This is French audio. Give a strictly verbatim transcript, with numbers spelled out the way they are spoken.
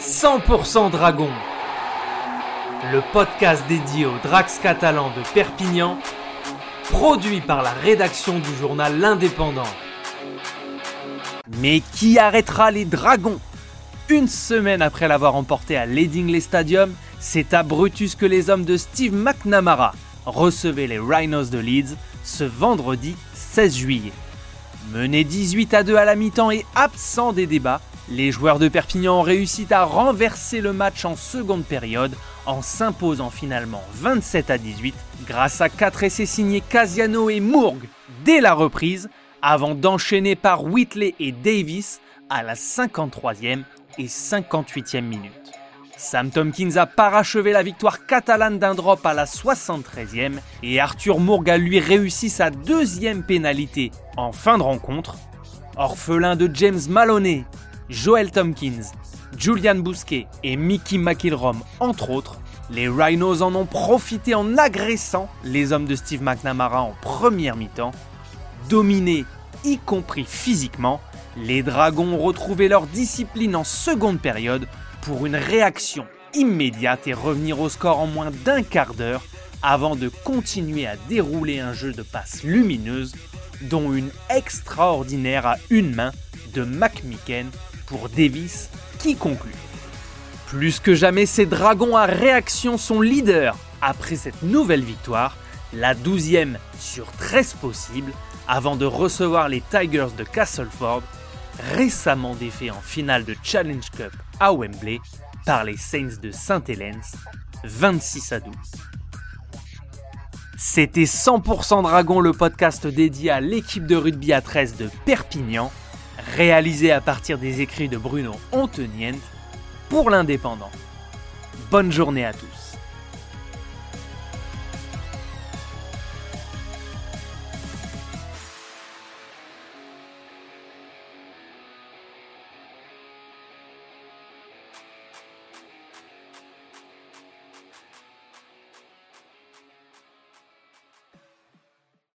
cent pour cent Dragon, le podcast dédié aux Drax catalans de Perpignan, produit par la rédaction du journal L'Indépendant. Mais qui arrêtera les Dragons ? Une semaine après l'avoir emporté à l'Headingley Stadium, c'est à Brutus que les hommes de Steve McNamara recevaient les Rhinos de Leeds ce vendredi seize juillet. Menés dix-huit à deux à la mi-temps et absents des débats, les joueurs de Perpignan ont réussi à renverser le match en seconde période en s'imposant finalement vingt-sept à dix-huit grâce à quatre essais signés Casiano et Mourg dès la reprise avant d'enchaîner par Whitley et Davis à la cinquante-troisième et cinquante-huitième minute. Sam Tomkins a parachevé la victoire catalane d'un drop à la soixante-treizième et Arthur Mourg a lui réussi sa deuxième pénalité en fin de rencontre. Orphelin de James Maloney, Joel Tomkins, Julian Bousquet et Mickey McIlrom entre autres, les Rhinos en ont profité en agressant les hommes de Steve McNamara en première mi-temps. Dominés, y compris physiquement, les Dragons ont retrouvé leur discipline en seconde période pour une réaction immédiate et revenir au score en moins d'un quart d'heure avant de continuer à dérouler un jeu de passes lumineuses, dont une extraordinaire à une main de McMicken pour Davis qui conclut. Plus que jamais, ces Dragons à réaction sont leaders après cette nouvelle victoire, la douzième sur treize possibles, avant de recevoir les Tigers de Castleford, récemment défaits en finale de Challenge Cup à Wembley par les Saints de Saint-Helens, vingt-six à douze. C'était cent pour cent Dragon, le podcast dédié à l'équipe de rugby à treize de Perpignan, réalisé à partir des écrits de Bruno Ontenient pour l'Indépendant. Bonne journée à tous.